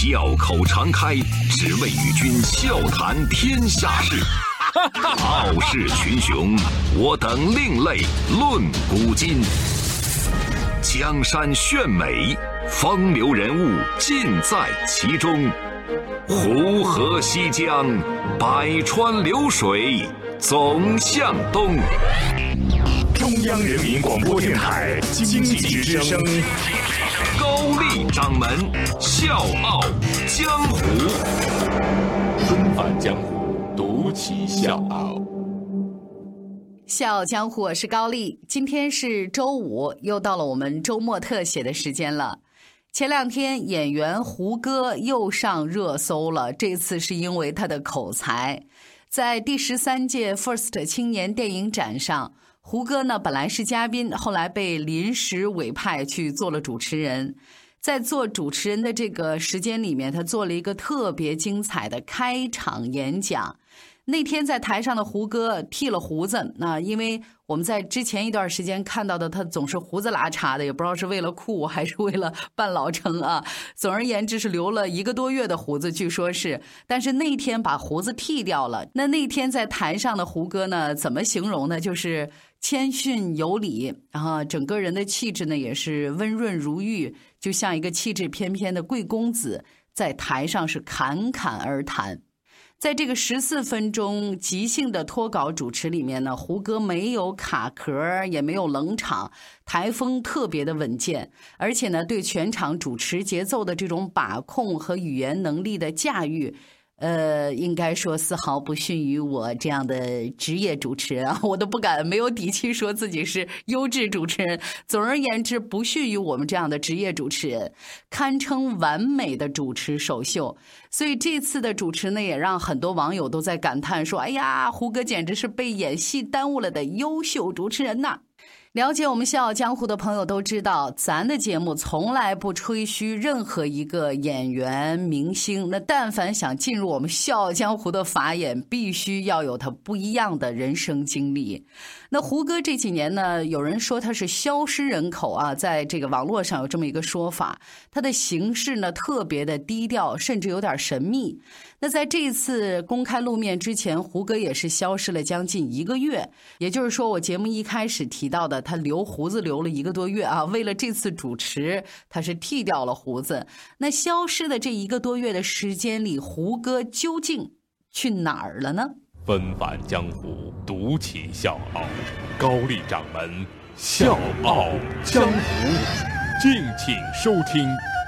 笑口常开，只为与君笑谈天下事。傲视群雄，我等另类论古今。江山炫美，风流人物尽在其中。湖河西江，百川流水总向东。 中央人民广播电台经济之声， 高丽掌门笑傲江湖， 重返江湖，独骑笑傲。 笑傲江湖，我是高丽。今天是周五，又到了我们周末特写的时间了。前两天演员胡歌又上热搜了，这次是因为他的口才。在第13届 FIRST 青年电影展上，胡歌呢本来是嘉宾，后来被临时委派去做了主持人。在做主持人的这个时间里面，他做了一个特别精彩的开场演讲。那天在台上的胡歌剃了胡子，因为我们在之前一段时间看到的他总是胡子拉碴的，也不知道是为了酷还是为了扮老成啊。总而言之是留了1个多月的胡子，据说是，但是那天把胡子剃掉了。那天在台上的胡歌呢，怎么形容呢？就是谦逊有礼，然后整个人的气质呢也是温润如玉，就像一个气质翩翩的贵公子，在台上是侃侃而谈。在这个14分钟即兴的脱稿主持里面呢，胡歌没有卡壳，也没有冷场，台风特别的稳健，而且呢，对全场主持节奏的这种把控和语言能力的驾驭，应该说丝毫不逊于我这样的职业主持人啊，我都不敢没有底气说自己是优质主持人。总而言之，不逊于我们这样的职业主持人，堪称完美的主持首秀。所以这次的主持呢，也让很多网友都在感叹说：“哎呀，胡歌简直是被演戏耽误了的优秀主持人呐！”了解我们笑傲江湖的朋友都知道，咱的节目从来不吹嘘任何一个演员明星，那但凡想进入我们笑傲江湖的法眼，必须要有他不一样的人生经历。那胡歌这几年呢，有人说他是消失人口啊，在这个网络上有这么一个说法。他的行事呢特别的低调，甚至有点神秘。那在这次公开露面之前，胡歌也是消失了将近1个月，也就是说我节目一开始提到的他留胡子留了1个多月啊，为了这次主持他是剃掉了胡子。那消失的这1个多月的时间里，胡歌究竟去哪儿了呢？ 纷返江湖，独骑笑傲，高丽掌门笑傲江湖，敬请收听。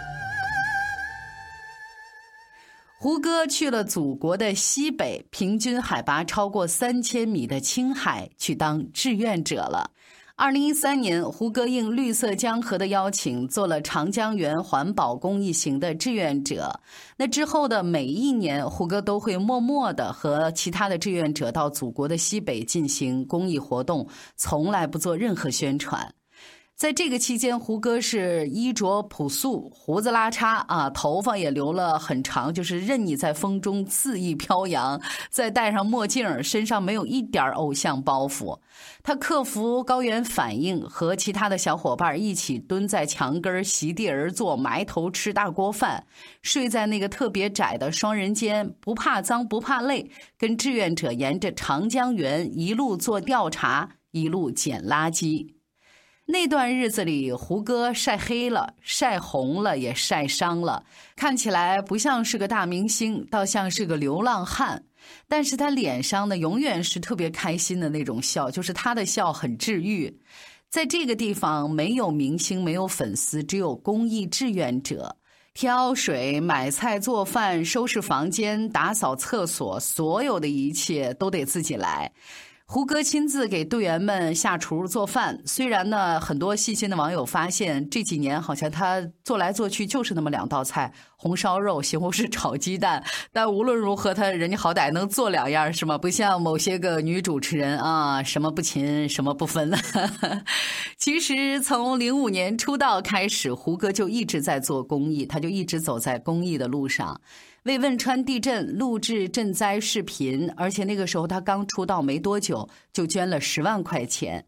胡歌去了祖国的西北，平均海拔超过3000米的青海去当志愿者了。2013年，胡歌应绿色江河的邀请，做了长江源环保公益行的志愿者。那之后的每一年，胡歌都会默默地和其他的志愿者到祖国的西北进行公益活动，从来不做任何宣传。在这个期间，胡歌是衣着朴素，胡子拉碴啊，头发也留了很长，就是任你在风中恣意飘扬，再戴上墨镜，身上没有一点偶像包袱。他克服高原反应，和其他的小伙伴一起蹲在墙根席地而坐，埋头吃大锅饭，睡在那个特别窄的双人间，不怕脏不怕累，跟志愿者沿着长江源一路做调查，一路捡垃圾。那段日子里，胡歌晒黑了，晒红了，也晒伤了，看起来不像是个大明星，倒像是个流浪汉。但是他脸上呢，永远是特别开心的那种笑，就是他的笑很治愈。在这个地方，没有明星，没有粉丝，只有公益志愿者。挑水、买菜、做饭、收拾房间、打扫厕所，所有的一切都得自己来。胡歌亲自给队员们下厨做饭，虽然呢，很多细心的网友发现这几年好像他做来做去就是那么2道菜，红烧肉、西红柿炒鸡蛋，但无论如何人家好歹能做2样是吗？不像某些个女主持人啊，什么不勤什么不分。其实从05年出道开始，胡歌就一直在做公益，他就一直走在公益的路上。为汶川地震录制赈灾视频，而且那个时候他刚出道没多久，就捐了10万块钱。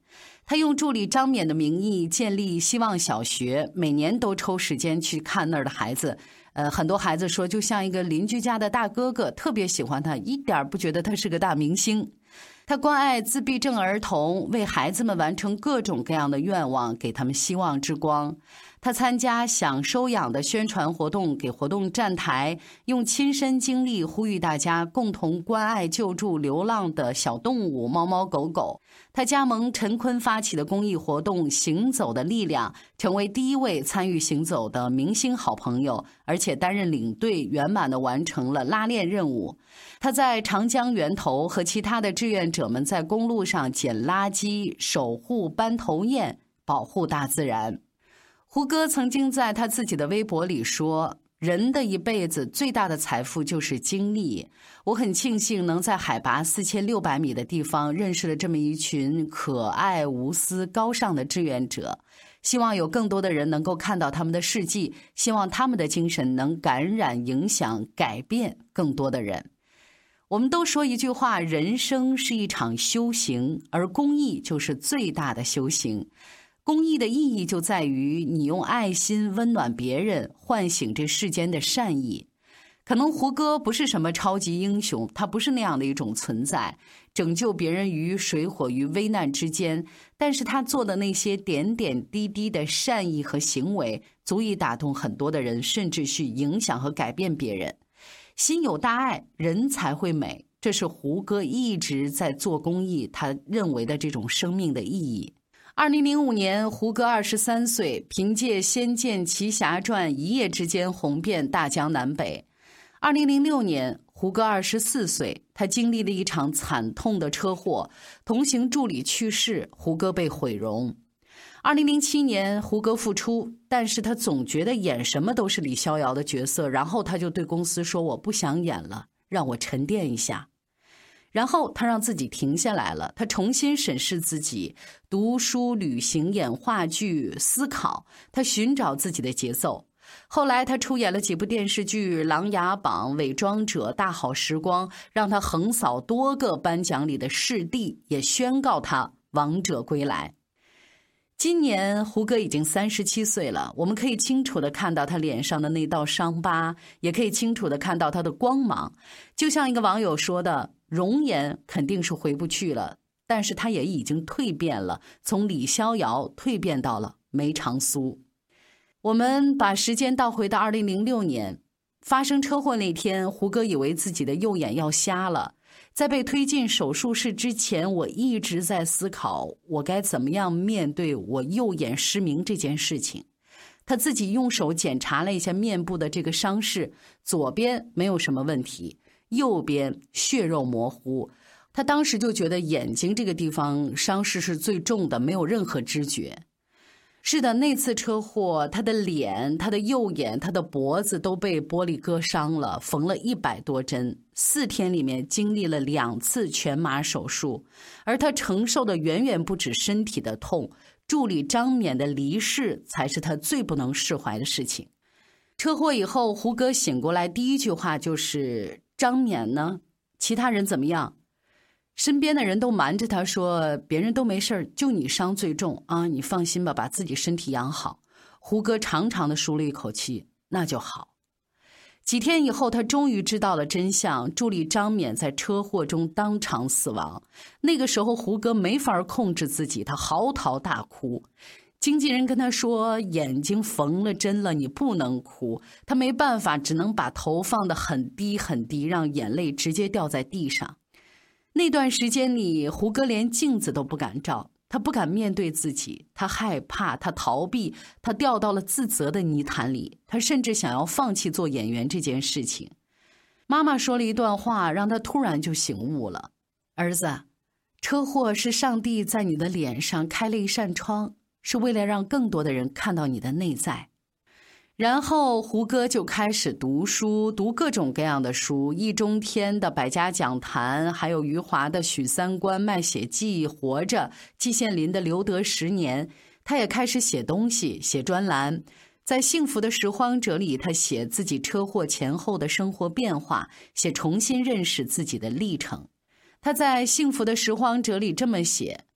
他用助理张冕的名义建立希望小学，每年都抽时间去看那儿的孩子。很多孩子说就像一个邻居家的大哥哥，特别喜欢他，一点不觉得他是个大明星。他关爱自闭症儿童，为孩子们完成各种各样的愿望，给他们希望之光。他参加想收养的宣传活动，给活动站台，用亲身经历呼吁大家共同关爱救助流浪的小动物猫猫狗狗。他加盟陈坤发起的公益活动行走的力量，成为第一位参与行走的明星好朋友，而且担任领队，圆满地完成了拉练任务。他在长江源头和其他的志愿者们在公路上捡垃圾，守护斑头雁，保护大自然。胡歌曾经在他自己的微博里说，人的一辈子最大的财富就是经历。我很庆幸能在海拔4600米的地方认识了这么一群可爱、无私、高尚的志愿者，希望有更多的人能够看到他们的事迹，希望他们的精神能感染、影响、改变更多的人。我们都说一句话，人生是一场修行，而公益就是最大的修行。公益的意义就在于你用爱心温暖别人，唤醒这世间的善意。可能胡歌不是什么超级英雄，他不是那样的一种存在，拯救别人于水火于危难之间，但是他做的那些点点滴滴的善意和行为，足以打动很多的人，甚至去影响和改变别人。心有大爱，人才会美，这是胡歌一直在做公益，他认为的这种生命的意义。2005年，胡歌23岁，凭借《仙剑奇侠传》一夜之间红遍大江南北。2006年，胡歌24岁，他经历了一场惨痛的车祸，同行助理去世，胡歌被毁容。2007年，胡歌复出，但是他总觉得演什么都是李逍遥的角色，然后他就对公司说，我不想演了，让我沉淀一下。然后他让自己停下来了，他重新审视自己，读书、旅行、演话剧、思考，他寻找自己的节奏。后来他出演了几部电视剧《琅琊榜》《伪装者》《大好时光》，让他横扫多个颁奖礼的视帝，也宣告他王者归来。今年胡歌已经37岁了，我们可以清楚地看到他脸上的那道伤疤，也可以清楚地看到他的光芒。就像一个网友说的，容颜肯定是回不去了，但是他也已经蜕变了，从李逍遥蜕变到了梅长苏。我们把时间倒回到2006年，发生车祸那天，胡歌以为自己的右眼要瞎了。在被推进手术室之前，我一直在思考，我该怎么样面对我右眼失明这件事情。他自己用手检查了一下面部的这个伤势，左边没有什么问题，右边血肉模糊。他当时就觉得眼睛这个地方伤势是最重的，没有任何知觉。是的，那次车祸，他的脸、他的右眼、他的脖子都被玻璃割伤了，缝了100多针，4天里面经历了2次全麻手术，而他承受的远远不止身体的痛，助理张冕的离世才是他最不能释怀的事情。车祸以后，胡歌醒过来，第一句话就是：“张冕呢？其他人怎么样？”身边的人都瞒着他说，别人都没事，就你伤最重啊，你放心吧，把自己身体养好。胡歌长长的舒了一口气，那就好。几天以后，他终于知道了真相，助理张冕在车祸中当场死亡。那个时候胡歌没法控制自己，他嚎啕大哭。经纪人跟他说，眼睛缝了针了，你不能哭。他没办法，只能把头放得很低很低，让眼泪直接掉在地上。那段时间里，胡歌连镜子都不敢照，他不敢面对自己，他害怕，他逃避，他掉到了自责的泥潭里，他甚至想要放弃做演员这件事情。妈妈说了一段话，让他突然就醒悟了：儿子，车祸是上帝在你的脸上开了一扇窗，是为了让更多的人看到你的内在。然后胡歌就开始读书，读各种各样的书，易中天的《百家讲坛》，还有余华的《许三观》《卖血记》《活着》，季羡林的《留得10年》。他也开始写东西，写专栏。在《幸福的拾荒者》里，他写自己车祸前后的生活变化，写重新认识自己的历程。他在《幸福的拾荒者》里这么写：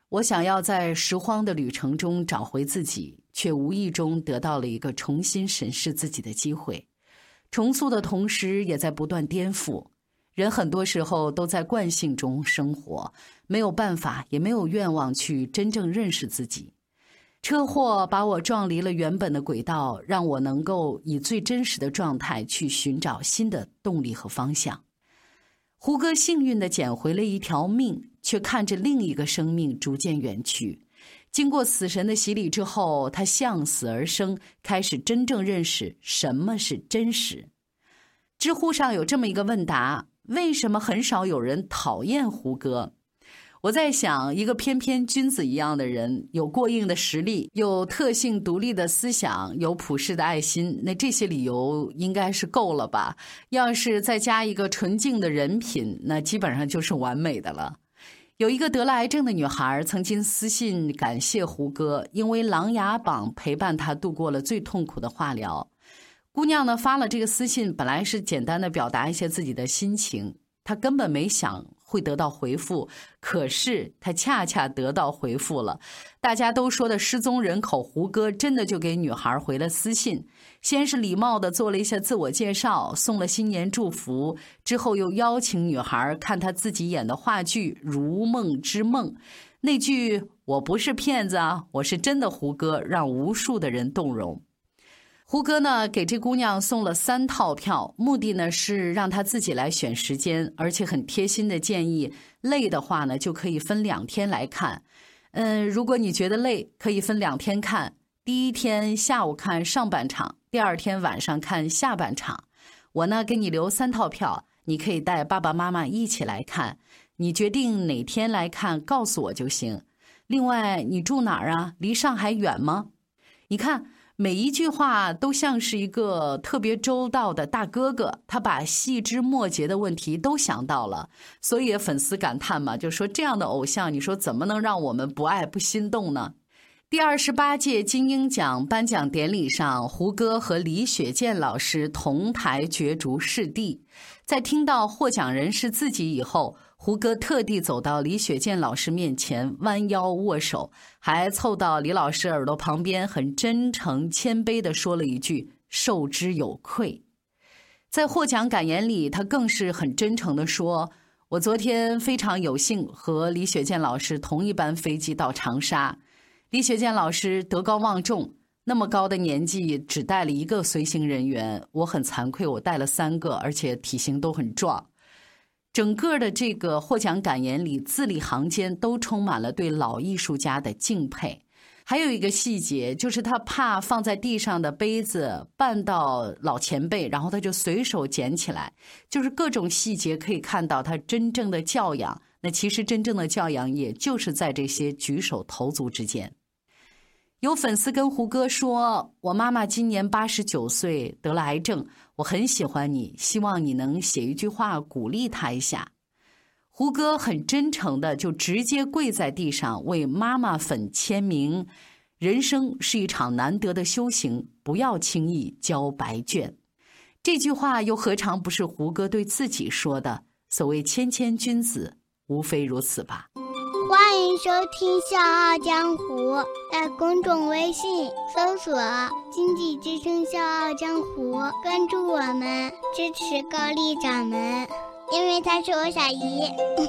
我想要在拾荒的旅程中找回自己，却无意中得到了一个重新审视自己的机会。重塑的同时，也在不断颠覆。人很多时候都在惯性中生活，没有办法，也没有愿望去真正认识自己。车祸把我撞离了原本的轨道，让我能够以最真实的状态去寻找新的动力和方向。胡歌幸运地捡回了一条命，却看着另一个生命逐渐远去。经过死神的洗礼之后，他向死而生，开始真正认识什么是真实。知乎上有这么一个问答：为什么很少有人讨厌胡歌？我在想，一个翩翩君子一样的人，有过硬的实力，有特性独立的思想，有普世的爱心，那这些理由应该是够了吧？要是再加一个纯净的人品，那基本上就是完美的了。有一个得了癌症的女孩曾经私信感谢胡歌，因为琅琊榜陪伴她度过了最痛苦的化疗。姑娘呢发了这个私信，本来是简单的表达一些自己的心情，她根本没想会得到回复，可是她恰恰得到回复了。大家都说的失踪人口胡歌真的就给女孩回了私信，先是礼貌的做了一下自我介绍，送了新年祝福，之后又邀请女孩看她自己演的话剧《如梦之梦》，那句我不是骗子啊，我是真的胡歌，让无数的人动容。胡歌呢给这姑娘送了3套票，目的呢是让她自己来选时间，而且很贴心的建议，累的话呢就可以分2天来看。如果你觉得累，可以分2天看，第一天下午看上半场，第2天晚上看下半场。我呢给你留3套票，你可以带爸爸妈妈一起来看，你决定哪天来看告诉我就行。另外，你住哪儿啊？离上海远吗？你看每一句话都像是一个特别周到的大哥哥，他把细枝末节的问题都想到了，所以粉丝感叹嘛，就说这样的偶像，你说怎么能让我们不爱不心动呢？第28届金鹰奖颁奖典礼上，胡歌和李雪健老师同台角逐视帝。在听到获奖人是自己以后，胡歌特地走到李雪健老师面前，弯腰握手，还凑到李老师耳朵旁边，很真诚谦卑地说了一句受之有愧。在获奖感言里，他更是很真诚地说，我昨天非常有幸和李雪健老师同一班飞机到长沙，李雪健老师德高望重，那么高的年纪只带了1个随行人员，我很惭愧，我带了3个，而且体型都很壮。整个的这个获奖感言里，字里行间都充满了对老艺术家的敬佩。还有一个细节，就是他怕放在地上的杯子绊到老前辈，然后他就随手捡起来，就是各种细节可以看到他真正的教养。那其实真正的教养也就是在这些举手投足之间。有粉丝跟胡歌说，我妈妈今年89岁，得了癌症，我很喜欢你，希望你能写一句话鼓励她一下。胡歌很真诚的就直接跪在地上为妈妈粉签名，人生是一场难得的修行，不要轻易交白卷。这句话又何尝不是胡歌对自己说的？所谓谦谦君子，无非如此吧。 欢迎收听《笑傲江湖》，在公众微信搜索“经济之声笑傲江湖”，关注我们，支持高丽掌门，因为他是我小姨。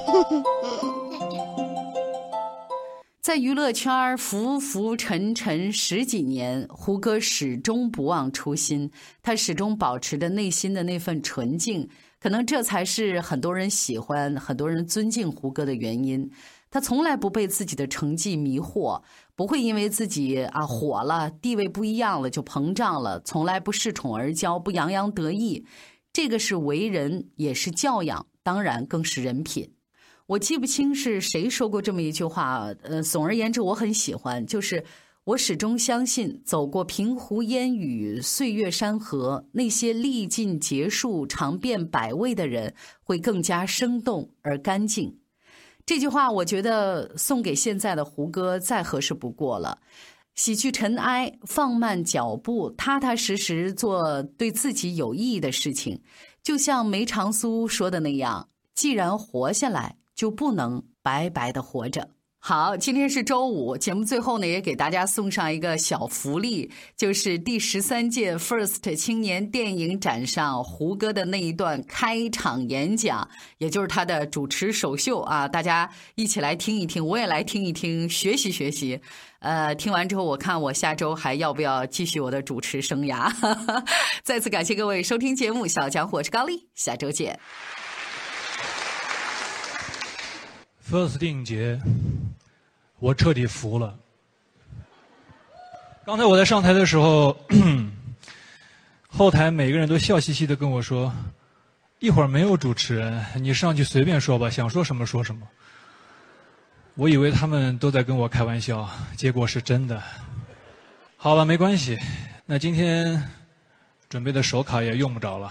在娱乐圈浮浮沉沉10几年，胡歌始终不忘初心，他始终保持着内心的那份纯净，可能这才是很多人喜欢、很多人尊敬胡歌的原因。他从来不被自己的成绩迷惑，不会因为自己火了，地位不一样了就膨胀了，从来不恃宠而骄，不洋洋得意。这个是为人，也是教养，当然更是人品。我记不清是谁说过这么一句话，总而言之我很喜欢，就是我始终相信，走过平湖烟雨，岁月山河，那些历尽劫数，尝遍百味的人，会更加生动而干净。这句话我觉得送给现在的胡歌再合适不过了。洗去尘埃，放慢脚步，踏踏实实做对自己有意义的事情。就像梅长苏说的那样，既然活下来，就不能白白的活着。 好，今天是周五，节目最后呢也给大家送上一个小福利，就是第13届 FIRST 青年电影展上胡歌的那一段开场演讲，也就是他的主持首秀啊，大家一起来听一听，我也来听一听，学习学习。听完之后，我看我下周还要不要继续我的主持生涯。再次感谢各位收听节目《小江》，我是高丽，下周见。 FIRST 电影节，我彻底服了。刚才我在上台的时候，后台每个人都笑嘻嘻的跟我说：“一会儿没有主持人，你上去随便说吧，想说什么说什么。”我以为他们都在跟我开玩笑，结果是真的。好吧，没关系，那今天准备的手卡也用不着了。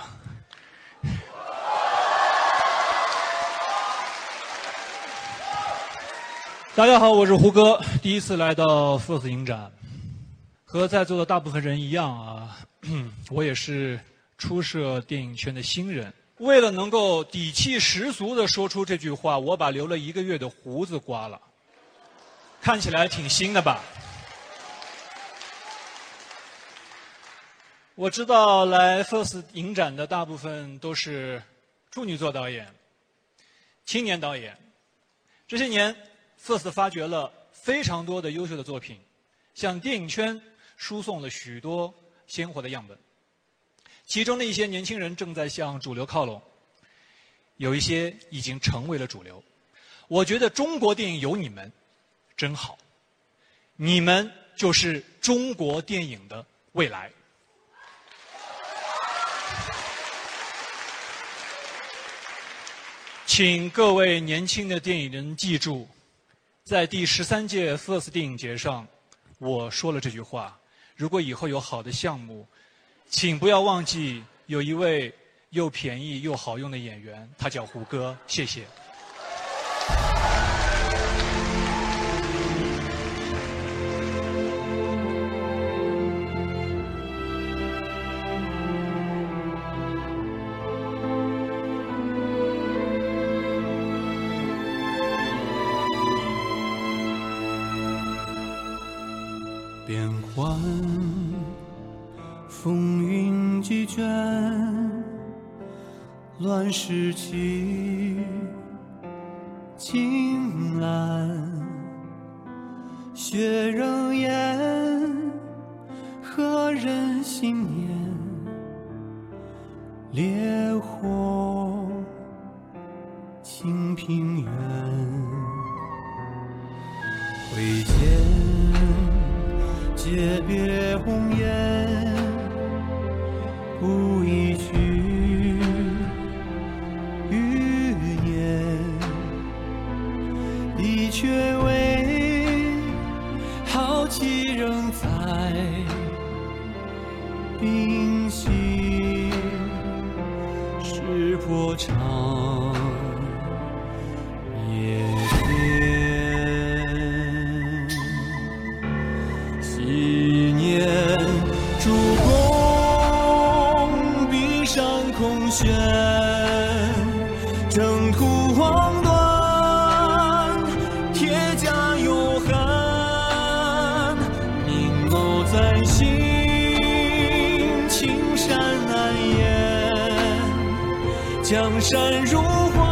大家好，我是胡歌，第一次来到 FIRST 影展，和在座的大部分人一样啊，我也是初涉电影圈的新人。为了能够底气十足地说出这句话，我把留了1个月的胡子刮了，看起来挺新的吧？我知道来 FIRST 影展的大部分都是处女座导演、青年导演，这些年FIRST 发掘了非常多的优秀的作品，向电影圈输送了许多鲜活的样本。其中的一些年轻人正在向主流靠拢，有一些已经成为了主流。我觉得中国电影有你们，真好，你们就是中国电影的未来。请各位年轻的电影人记住，在第13届 FIRST 电影节上，我说了这句话。如果以后有好的项目，请不要忘记有一位又便宜又好用的演员，他叫胡歌。谢谢。 变幻，风云际卷，乱世起，青蓝，血仍烟，何人信念？烈火，清平原，挥剑。诀别红颜，不一去余年，的确为好奇仍在冰息，石破长夜天。纪念主公壁上空悬，征途荒断，铁甲有痕，凝眸在心，青山难言，江山如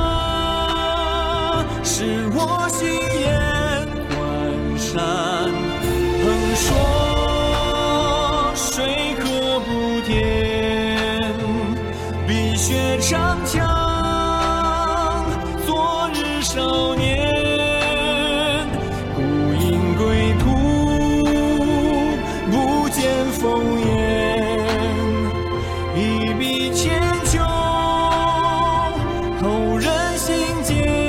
画，是我心眼，关山横说水可不填，碧血长枪，昨日少年，孤影归途，不见烽烟，一笔千秋，后人心间。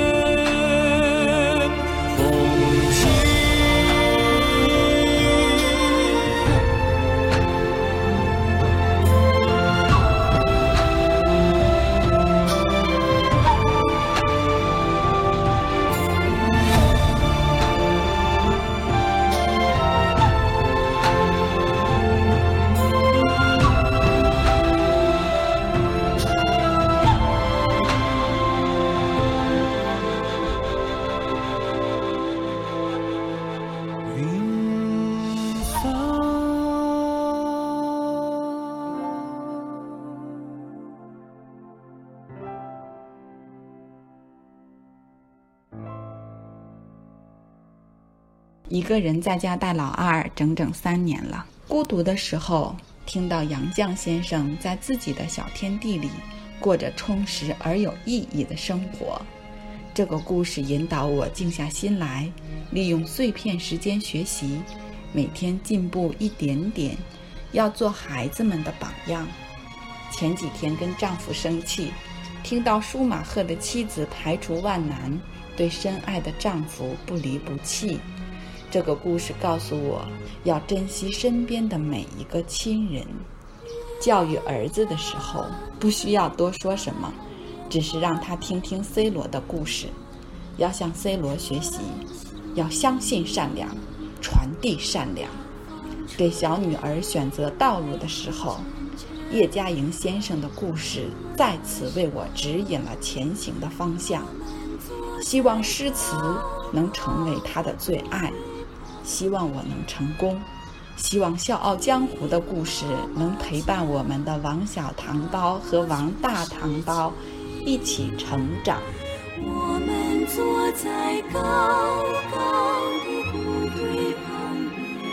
一个人在家带老二整整3年了。孤独的时候，听到杨绛先生在自己的小天地里过着充实而有意义的生活。这个故事引导我静下心来，利用碎片时间学习，每天进步一点点，要做孩子们的榜样。前几天跟丈夫生气，听到舒马赫的妻子排除万难，对深爱的丈夫不离不弃。这个故事告诉我，要珍惜身边的每一个亲人。教育儿子的时候，不需要多说什么，只是让他听听 C 罗的故事，要向 C 罗学习，要相信善良，传递善良。给小女儿选择道路的时候，叶嘉莹先生的故事再次为我指引了前行的方向。希望诗词能成为他的最爱，希望我能成功，希望《笑傲江湖》的故事能陪伴我们的王小糖包和王大糖包一起成长。 我们坐在高高的谷堆旁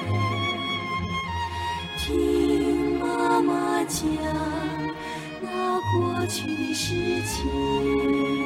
边，听妈妈讲那过去的事情。